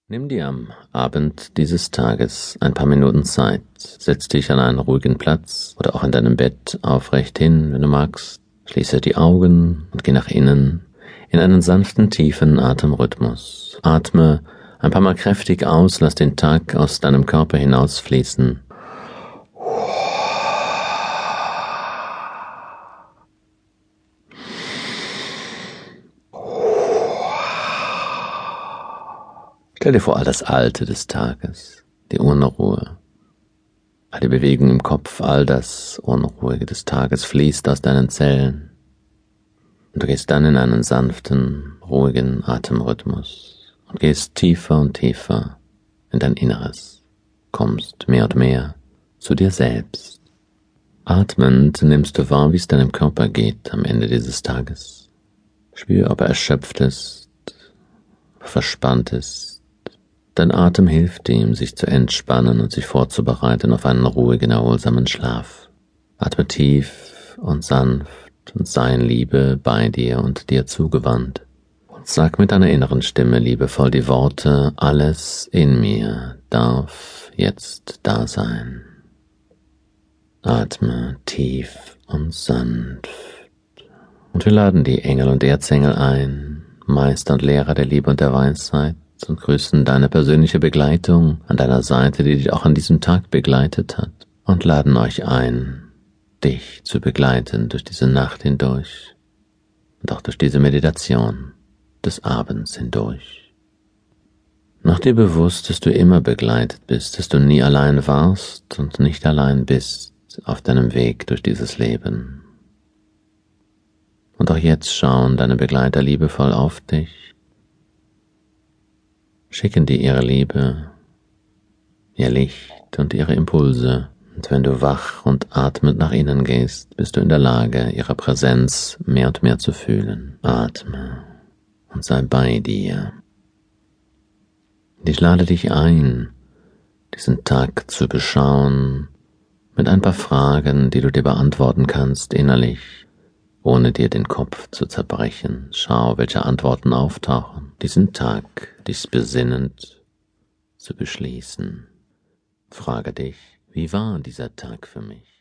Nimm dir am Abend dieses Tages ein paar Minuten Zeit, setz dich an einen ruhigen Platz oder auch in deinem Bett aufrecht hin, wenn du magst, schließe die Augen und geh nach innen in einen sanften, tiefen Atemrhythmus. Atme ein paar Mal kräftig aus, lass den Tag aus deinem Körper hinausfließen. Stell dir vor, all das Alte des Tages, die Unruhe, all die Bewegung im Kopf, all das Unruhige des Tages fließt aus deinen Zellen. Und du gehst dann in einen sanften, ruhigen Atemrhythmus und gehst tiefer und tiefer in dein Inneres, kommst mehr und mehr zu dir selbst. Atmend nimmst du wahr, wie es deinem Körper geht am Ende dieses Tages. Spür, ob er erschöpft ist, verspannt ist. Dein Atem hilft ihm, sich zu entspannen und sich vorzubereiten auf einen ruhigen, erholsamen Schlaf. Atme tief und sanft und sei in Liebe bei dir und dir zugewandt. Und sag mit deiner inneren Stimme liebevoll die Worte: Alles in mir darf jetzt da sein. Atme tief und sanft. Und wir laden die Engel und Erzengel ein, Meister und Lehrer der Liebe und der Weisheit, und grüßen deine persönliche Begleitung an deiner Seite, die dich auch an diesem Tag begleitet hat, und laden euch ein, dich zu begleiten durch diese Nacht hindurch und auch durch diese Meditation des Abends hindurch. Mach dir bewusst, dass du immer begleitet bist, dass du nie allein warst und nicht allein bist auf deinem Weg durch dieses Leben. Und auch jetzt schauen deine Begleiter liebevoll auf dich, schicken dir ihre Liebe, ihr Licht und ihre Impulse. Und wenn du wach und atmend nach innen gehst, bist du in der Lage, ihre Präsenz mehr und mehr zu fühlen. Atme und sei bei dir. Und ich lade dich ein, diesen Tag zu beschauen mit ein paar Fragen, die du dir beantworten kannst innerlich, ohne dir den Kopf zu zerbrechen. Schau, welche Antworten auftauchen. Diesen Tag, dich besinnend, zu beschließen. Frage dich: Wie war dieser Tag für mich?